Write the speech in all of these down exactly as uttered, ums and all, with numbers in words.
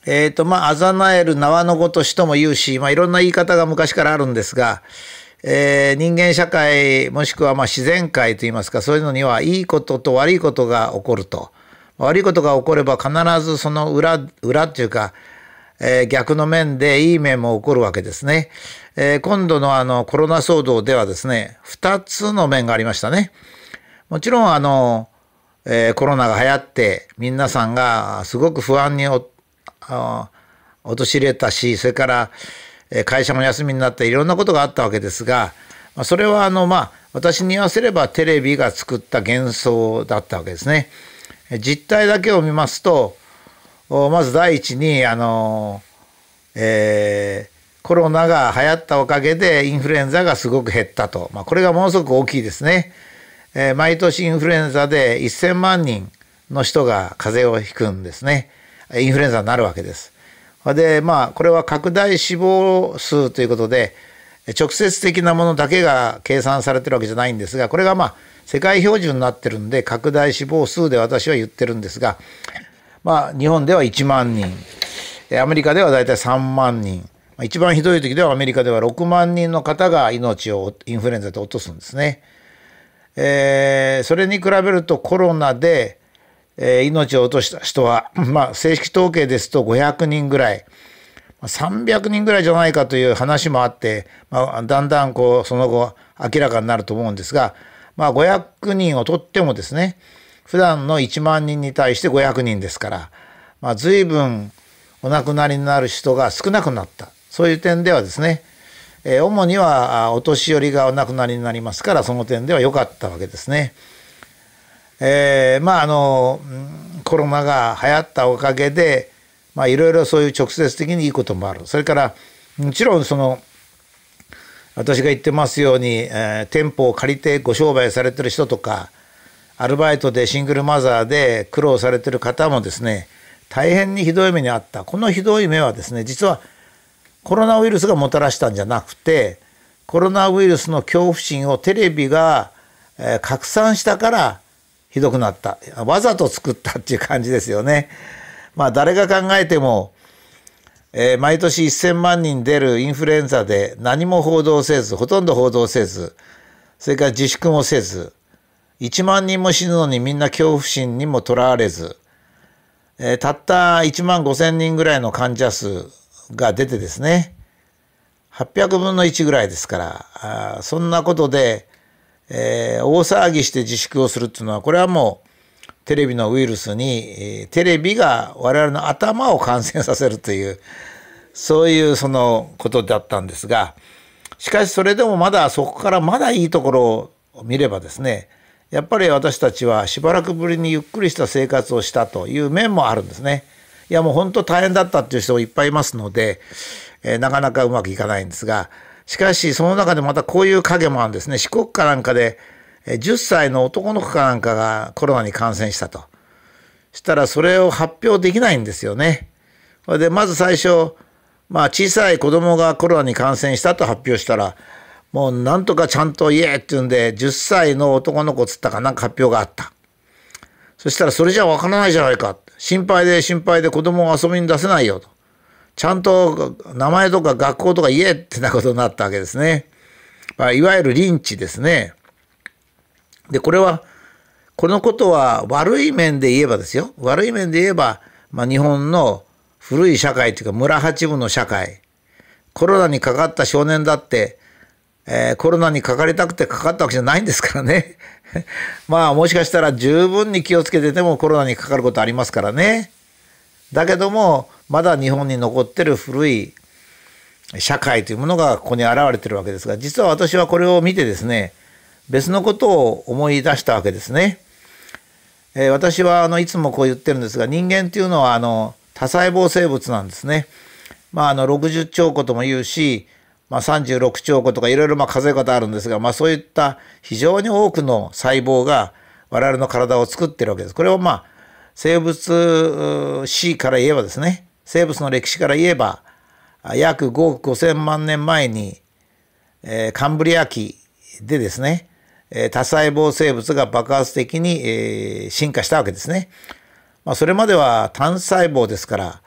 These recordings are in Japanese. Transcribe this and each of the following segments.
えーと、まあ、あざなえる縄のごとしとも言うし、まあ、いろんな言い方が昔からあるんですが、えー人間社会もしくはまあ自然界といいますか、そういうのにはいいことと悪いことが起こると。悪いことが起これば必ずその裏、裏っていうか、えー逆の面でいい面も起こるわけですね。えー今度のあのコロナ騒動ではですね、二つの面がありましたね。もちろんあの、えーコロナが流行って皆さんがすごく不安におあ陥れたし、それからえー会社も休みになっていろんなことがあったわけですが、まあそれはあのまあ私に言わせればテレビが作った幻想だったわけですね。え実態だけを見ますと、おまず第一にあの、えーコロナが流行ったおかげでインフルエンザがすごく減ったと、まあ、これがものすごく大きいですね。えー毎年インフルエンザでせんまんにんの人が風邪をひくんですね。インフルエンザになるわけです。でまあこれは拡大死亡数ということで直接的なものだけが計算されてるわけじゃないんですが、これがまあ世界標準になってるんで拡大死亡数で私は言ってるんですが、まあ日本ではいちまんにん、えアメリカではだいたいさんまんにん、一番ひどい時ではアメリカではろくまんにんの方が命をインフルエンザで落とすんですね。えーそれに比べるとコロナで、えー命を落とした人は、まあ、正式統計ですとごひゃくにんぐらい、さんびゃくにんぐらいじゃないかという話もあって、まあ、だんだんこうその後明らかになると思うんですが、まあ、ごひゃくにんをとってもですね、普段のいちまんにんに対してごひゃくにんですから、まあ、随分お亡くなりになる人が少なくなった。そういう点ではですね、えー主にはあお年寄りがお亡くなりになりますから、その点では良かったわけですね。えーまああのうんコロナが流行ったおかげで、まあいろいろそういう直接的にいいこともある。それからもちろんその私が言ってますように、えー店舗を借りてご商売されてる人とか、アルバイトでシングルマザーで苦労されてる方もですね、大変にひどい目にあった。このひどい目はですね、実はコロナウイルスがもたらしたんじゃなくて、コロナウイルスの恐怖心をテレビが、えー拡散したからひどくなった。わざと作ったっていう感じですよね。まあ誰が考えても、えー毎年せんまんにん出るインフルエンザで何も報道せず、ほとんど報道せず、それから自粛もせず、いちまんにんも死ぬのにみんな恐怖心にもとらわれず、えーたったいちまんごせんにんぐらいの患者数が出てですね、はっぴゃくぶんのいちぐらいですから、あーそんなことで、えー大騒ぎして自粛をするっていうのは、これはもうテレビのウイルスに、えーテレビが我々の頭を感染させるという、そういうそのことだったんですが、しかしそれでもまだそこからまだいいところを見ればですね、やっぱり私たちはしばらくぶりにゆっくりした生活をしたという面もあるんですね。いやもう本当大変だったっていう人いっぱいいますので、えーなかなかうまくいかないんですが、しかしその中でまたこういう影もあるんですね。四国かなんかでえーじゅっさいの男の子かなんかがコロナに感染したと。したらそれを発表できないんですよね。それでまず最初、まあ小さい子供がコロナに感染したと発表したら、もうなんとかちゃんと言えっていうんで、じゅっさいの男の子つったかなんか発表があった。そしたらそれじゃわからないじゃないか。心配で心配で子供を遊びに出せないよと。ちゃんと名前とか学校とか言えってなことになったわけですね。まあ、いわゆるリンチですね。で、これは、このことは悪い面で言えばですよ。悪い面で言えば、まあ、日本の古い社会というか村八分の社会。コロナにかかった少年だって、えーコロナにかかりたくてかかったわけじゃないんですからね。まあもしかしたら十分に気をつけててもコロナにかかることありますからね。だけどもまだ日本に残ってる古い社会というものがここに現れてるわけですが、実は私はこれを見てですね、別のことを思い出したわけですね。えー私はあのいつもこう言ってるんですが、人間っていうのはあの多細胞生物なんですね。まああのろくじゅっちょう個とも言うし、まあ、さんじゅうろくちょう個とかいろいろまあ数え方あるんですが、まあ、そういった非常に多くの細胞が我々の体を作ってるわけです。これをまあ生物史から言えばですね、生物の歴史から言えば約ごおくごせんまんねんまえに、えーカンブリア紀でですね、えー多細胞生物が爆発的に、えー進化したわけですね。まあ、それまでは単細胞ですから、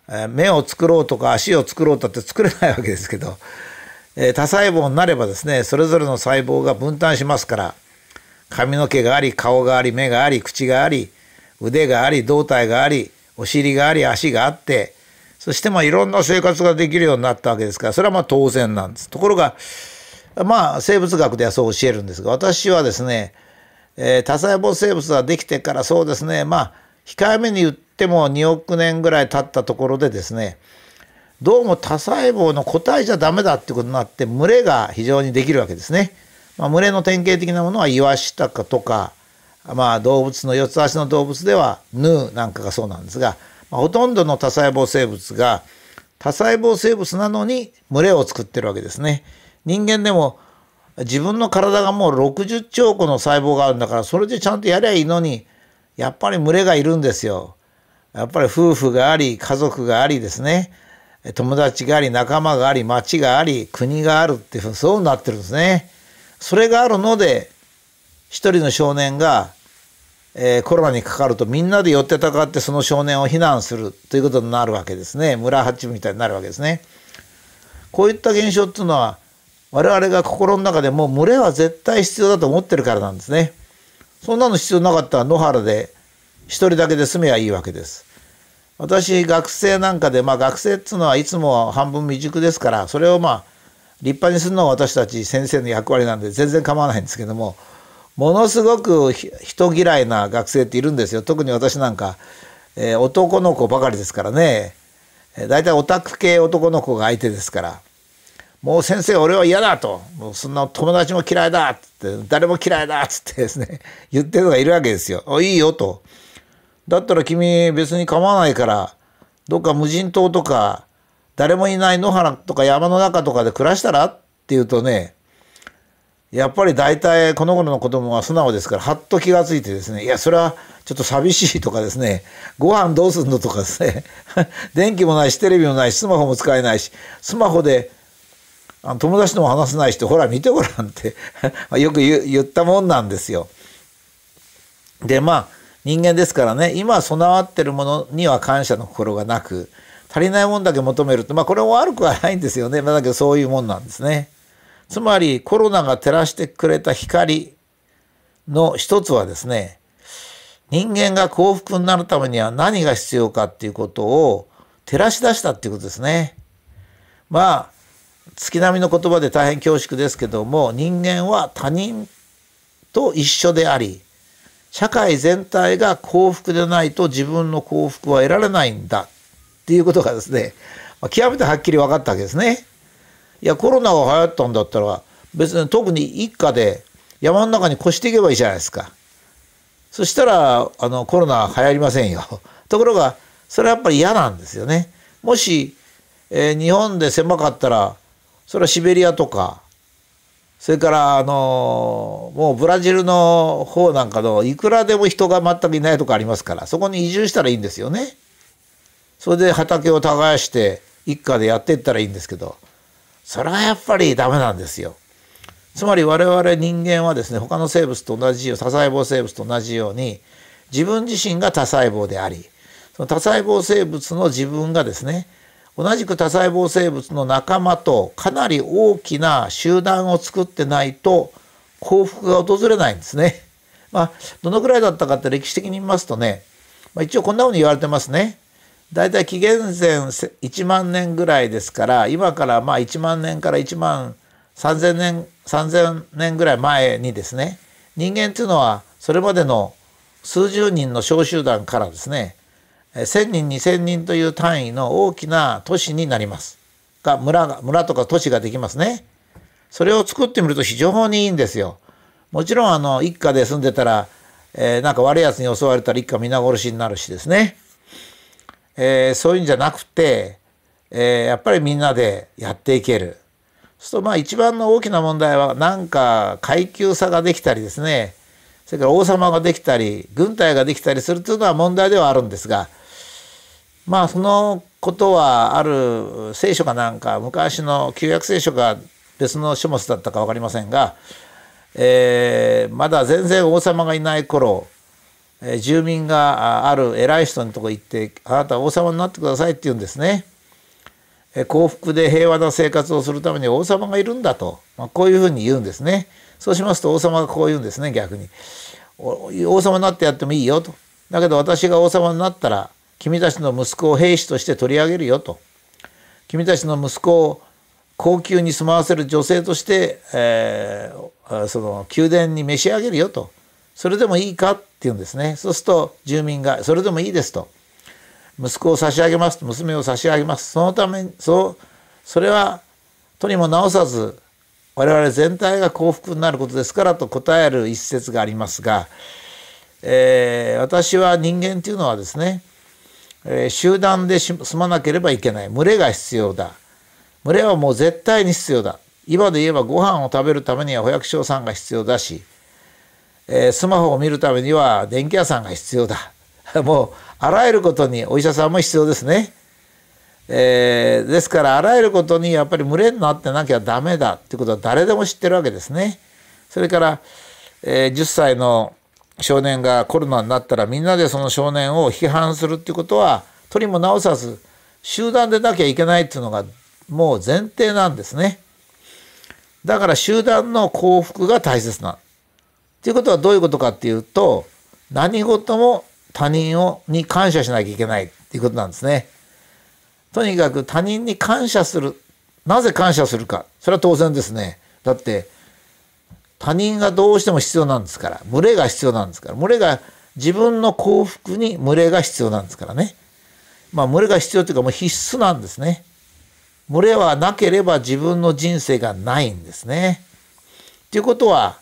えー、目を作ろうとか足を作ろうとって作れないわけですけど、えー、多細胞になればですね、それぞれの細胞が分担しますから、髪の毛があり、顔があり、目があり、口があり、腕があり、胴体があり、お尻があり、足があって、そしてまあいろんな生活ができるようになったわけですから、それはまあ当然なんです。ところがまあ生物学ではそう教えるんですが、私はですね、えー、多細胞生物ができてからそうですね、まあ控えめに言ってもにおくねんぐらい経ったところでですね、どうも多細胞の個体じゃダメだってことになって、群れが非常にできるわけですね。まあ、群れの典型的なものはイワシタカとか、まあ、動物の四つ足の動物ではヌーなんかがそうなんですが、まあ、ほとんどの多細胞生物が多細胞生物なのに群れを作ってるわけですね。人間でも自分の体がもうろくじゅっちょうこの細胞があるんだから、それでちゃんとやりゃいいのに、やっぱり群れがいるんですよ。やっぱり夫婦があり、家族がありですね、友達があり、仲間があり、町があり、国があるっていうふうにそうなってるんですね。それがあるので、一人の少年が、えー、コロナにかかるとみんなで寄ってたかってその少年を非難するということになるわけですね。村八分みたいになるわけですね。こういった現象っていうのは、我々が心の中でもう群れは絶対必要だと思ってるからなんですね。そんなの必要なかったら野原で一人だけで住めばいいわけです。私学生なんかで、まあ学生っていうのはいつも半分未熟ですから、それをまあ立派にするのは私たち先生の役割なんで全然構わないんですけども、ものすごく人嫌いな学生っているんですよ。特に私なんか、えー、男の子ばかりですからね。だいたいオタク系男の子が相手ですから、もう先生俺は嫌だと、もうそんな友達も嫌いだっつって、誰も嫌いだっつってですね言ってるのがいるわけですよ。あ、いいよと。だったら君別に構わないから、どっか無人島とか誰もいない野原とか山の中とかで暮らしたらって言うとね、やっぱり大体この頃の子供は素直ですから、はっと気がついてですね、いやそれはちょっと寂しいとかですね、ご飯どうすんのとかですね電気もないしテレビもないしスマホも使えないし、スマホであの友達とも話せないし、ほら見てごらんってよく 言, 言ったもんなんですよ。でまあ人間ですからね、今備わってるものには感謝の心がなく、足りないもんだけ求めると、まあこれも悪くはないんですよね。まあ、だけどそういうもんなんですね。つまりコロナが照らしてくれた光の一つはですね、人間が幸福になるためには何が必要かっていうことを照らし出したっていうことですね。まあ月並みの言葉で大変恐縮ですけども、人間は他人と一緒であり、社会全体が幸福でないと自分の幸福は得られないんだっていうことがですね、極めてはっきり分かったわけですね。いやコロナが流行ったんだったら、別に特に一家で山の中に越していけばいいじゃないですか。そしたらあのコロナ流行りませんよ。ところがそれはやっぱり嫌なんですよね。もし、えー、日本で狭かったら、それはシベリアとか、それからあのもうブラジルの方なんかのいくらでも人が全くいないとこありますから、そこに移住したらいいんですよね。それで畑を耕して一家でやっていったらいいんですけど、それはやっぱりダメなんですよ。つまり我々人間はですね、他の生物と同じよう、多細胞生物と同じように自分自身が多細胞であり、その多細胞生物の自分がですね、同じく多細胞生物の仲間とかなり大きな集団を作ってないと幸福が訪れないんですね。まあどのくらいだったかって歴史的に見ますとね、まあ、一応こんなふうに言われてますね。だいたい紀元前いちまんねんぐらいですから、今からまあいちまんねんからいちまんさんぜんねんさんぜんねんぐらい前にですね、人間っていうのはそれまでの数十人の小集団からですね、せんにんにせんにんという単位の大きな都市になりますが、村が村とか都市ができますね。それを作ってみると非常にいいんですよ。もちろんあの一家で住んでたら、えー、なんか悪いやつに襲われたら一家皆殺しになるしですね、えー、そういうんじゃなくて、えー、やっぱりみんなでやっていける。そうするとまあ一番の大きな問題は、なんか階級差ができたりですね、それから王様ができたり軍隊ができたりするというのは問題ではあるんですが、まあそのことはある聖書かなんか、昔の旧約聖書が別の書物だったか分かりませんが、えー、まだ全然王様がいない頃、 えー、住民がある偉い人のとこ行って「あなたは王様になってください」って言うんですね。えー、幸福で平和な生活をするために王様がいるんだと、まあ、こういうふうに言うんですね。そうしますと王様がこう言うんですね。逆に王様になってやってもいいよと。だけど私が王様になったら君たちの息子を兵士として取り上げるよと。君たちの息子を高級に住まわせる女性として、えー、その宮殿に召し上げるよと。それでもいいかって言うんですね。そうすると住民がそれでもいいですと。息子を差し上げますと、娘を差し上げます。そのためにそうそれはとにも直さず我々全体が幸福になることですからと答える一節がありますが、えー、私は人間というのはですね、えー、集団で住まなければいけない。群れが必要だ。群れはもう絶対に必要だ。今で言えばご飯を食べるためにはお百姓さんが必要だし、えー、スマホを見るためには電気屋さんが必要だ。もうあらゆることにお医者さんも必要ですね。えー、ですからあらゆることにやっぱり群れになってなきゃダメだっていうことは誰でも知ってるわけですね。それから、えー、じゅっさいの少年がコロナになったらみんなでその少年を批判するっていうことはとりも直さず集団でなきゃいけないっていうのがもう前提なんですね。だから集団の幸福が大切な。ということはどういうことかっていうと、何事も他人をに感謝しなきゃいけないっていうことなんですね。とにかく他人に感謝する。なぜ感謝するか。それは当然ですね。だって他人がどうしても必要なんですから。群れが必要なんですから。群れが自分の幸福に群れが必要なんですからね。まあ群れが必要というかもう必須なんですね。群れはなければ自分の人生がないんですね。ということは、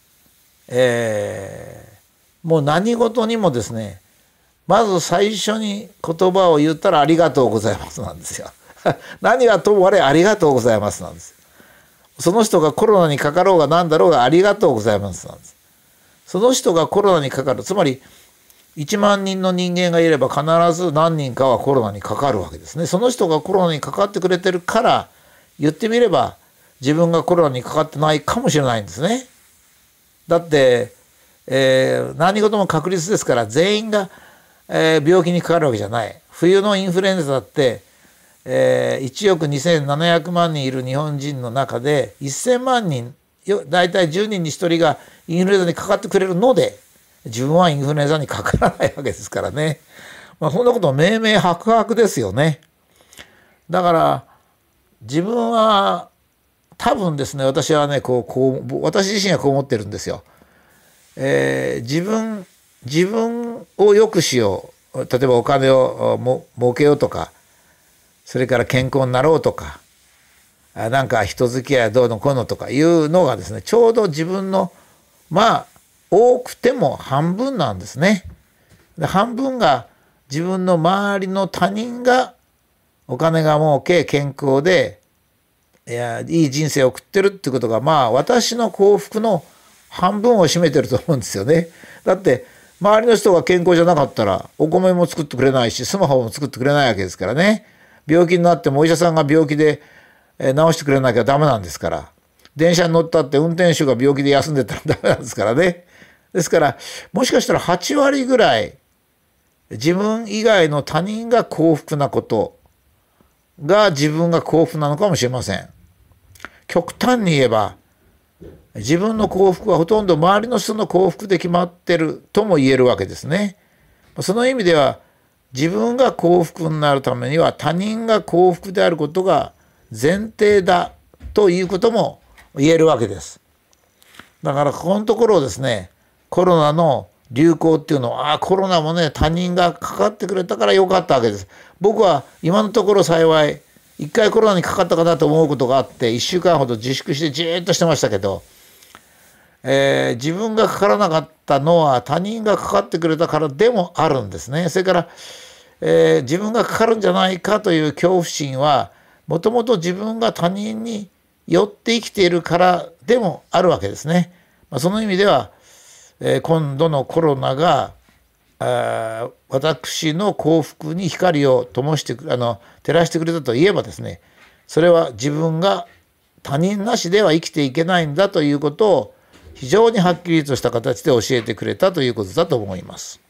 えー、もう何事にもですね、まず最初に言葉を言ったらありがとうございますなんですよ。何はともあれありがとうございますなんです。その人がコロナにかかろうが何だろうがありがとうございますなんです。その人がコロナにかかる、つまりいちまんにんの人間がいれば必ず何人かはコロナにかかるわけですね。その人がコロナにかかってくれてるから言ってみれば自分がコロナにかかってないかもしれないんですね。だって、えー、何事も確率ですから全員が、えー、病気にかかるわけじゃない。冬のインフルエンザだって、えー、いちおくにせんななひゃくまんにんいる日本人の中でせんまんにんだいたいじゅうにんにひとりがインフルエンザにかかってくれるので自分はインフルエンザにかからないわけですからね。まあ、そんなこと明々白々ですよね。だから自分は多分ですね、私はねこうこう私自身はこう思ってるんですよ。えー、自分自分を良くしよう、例えばお金をも儲けようとか、それから健康になろうとか、なんか人付き合いどうのこうのとかいうのがですね、ちょうど自分のまあ多くても半分なんですね。で半分が自分の周りの他人がお金が儲け健康でいやいい人生を送ってるっていうことがまあ私の幸福の半分を占めてると思うんですよね。だって周りの人が健康じゃなかったらお米も作ってくれないしスマホも作ってくれないわけですからね。病気になってもお医者さんが病気で治してくれなきゃダメなんですから。電車に乗ったって運転手が病気で休んでたらダメなんですからね。ですからもしかしたらはちわりぐらい自分以外の他人が幸福なことが自分が幸福なのかもしれません。極端に言えば自分の幸福はほとんど周りの人の幸福で決まってるとも言えるわけですね。その意味では自分が幸福になるためには他人が幸福であることが前提だということも言えるわけです。だからここのところをですね、コロナの流行っていうのは、ああコロナもね他人がかかってくれたからよかったわけです。僕は今のところ幸い一回コロナにかかったかなと思うことがあっていっしゅうかんほど自粛してじーっとしてましたけど、えー、自分がかからなかったのは他人がかかってくれたからでもあるんですね。それから、えー、自分がかかるんじゃないかという恐怖心はもともと自分が他人に寄って生きているからでもあるわけですね。まあ、その意味では、えー、今度のコロナがあ私の幸福に光を灯してあの照らしてくれたといえばですね、それは自分が他人なしでは生きていけないんだということを非常にはっきりとした形で教えてくれたということだと思います。